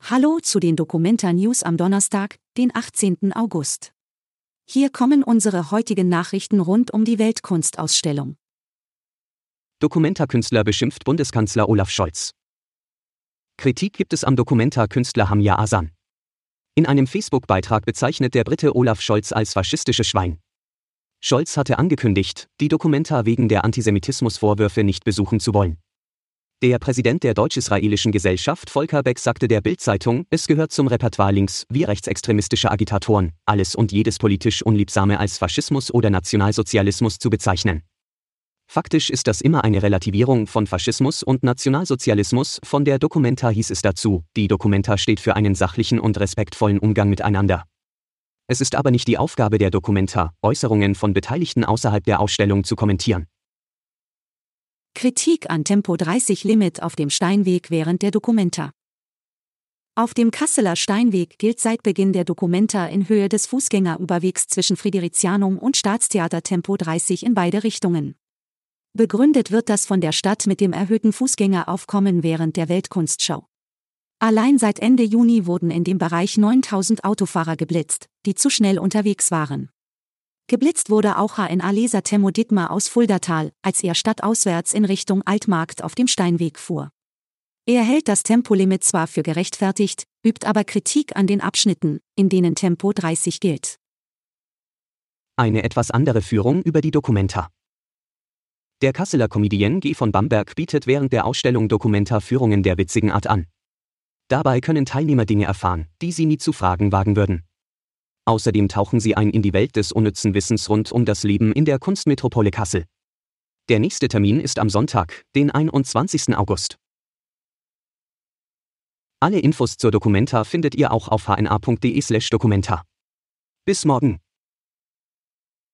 Hallo zu den Documenta News am Donnerstag, den 18. August. Hier kommen unsere heutigen Nachrichten rund um die Weltkunstausstellung. Documenta-Künstler beschimpft Bundeskanzler Olaf Scholz. Kritik gibt es am Documenta-Künstler Hamja Ahsan. In einem Facebook-Beitrag bezeichnet der Brite Olaf Scholz als faschistisches Schwein. Scholz hatte angekündigt, die Documenta wegen der Antisemitismusvorwürfe nicht besuchen zu wollen. Der Präsident der deutsch-israelischen Gesellschaft Volker Beck sagte der Bild-Zeitung, es gehört zum Repertoire links- wie rechtsextremistischer Agitatoren, alles und jedes politisch Unliebsame als Faschismus oder Nationalsozialismus zu bezeichnen. Faktisch ist das immer eine Relativierung von Faschismus und Nationalsozialismus, von der Documenta hieß es dazu, die Documenta steht für einen sachlichen und respektvollen Umgang miteinander. Es ist aber nicht die Aufgabe der Documenta, Äußerungen von Beteiligten außerhalb der Ausstellung zu kommentieren. Kritik an Tempo-30-Limit auf dem Steinweg während der Documenta. Auf dem Kasseler Steinweg gilt seit Beginn der Documenta in Höhe des Fußgängerüberwegs zwischen Fridericianum und Staatstheater Tempo 30 in beide Richtungen. Begründet wird das von der Stadt mit dem erhöhten Fußgängeraufkommen während der Weltkunstschau. Allein seit Ende Juni wurden in dem Bereich 9000 Autofahrer geblitzt, die zu schnell unterwegs waren. Geblitzt wurde auch HNA-Leser Temmo Dittmar aus Fuldatal, als er stadtauswärts in Richtung Altmarkt auf dem Steinweg fuhr. Er hält das Tempolimit zwar für gerechtfertigt, übt aber Kritik an den Abschnitten, in denen Tempo 30 gilt. Eine etwas andere Führung über die Documenta. Der Kasseler Comedian G. von Bamberg bietet während der Ausstellung Documenta Führungen der witzigen Art an. Dabei können Teilnehmer Dinge erfahren, die sie nie zu fragen wagen würden. Außerdem tauchen sie ein in die Welt des unnützen Wissens rund um das Leben in der Kunstmetropole Kassel. Der nächste Termin ist am Sonntag, den 21. August. Alle Infos zur Documenta findet ihr auch auf hna.de/documenta. Bis morgen.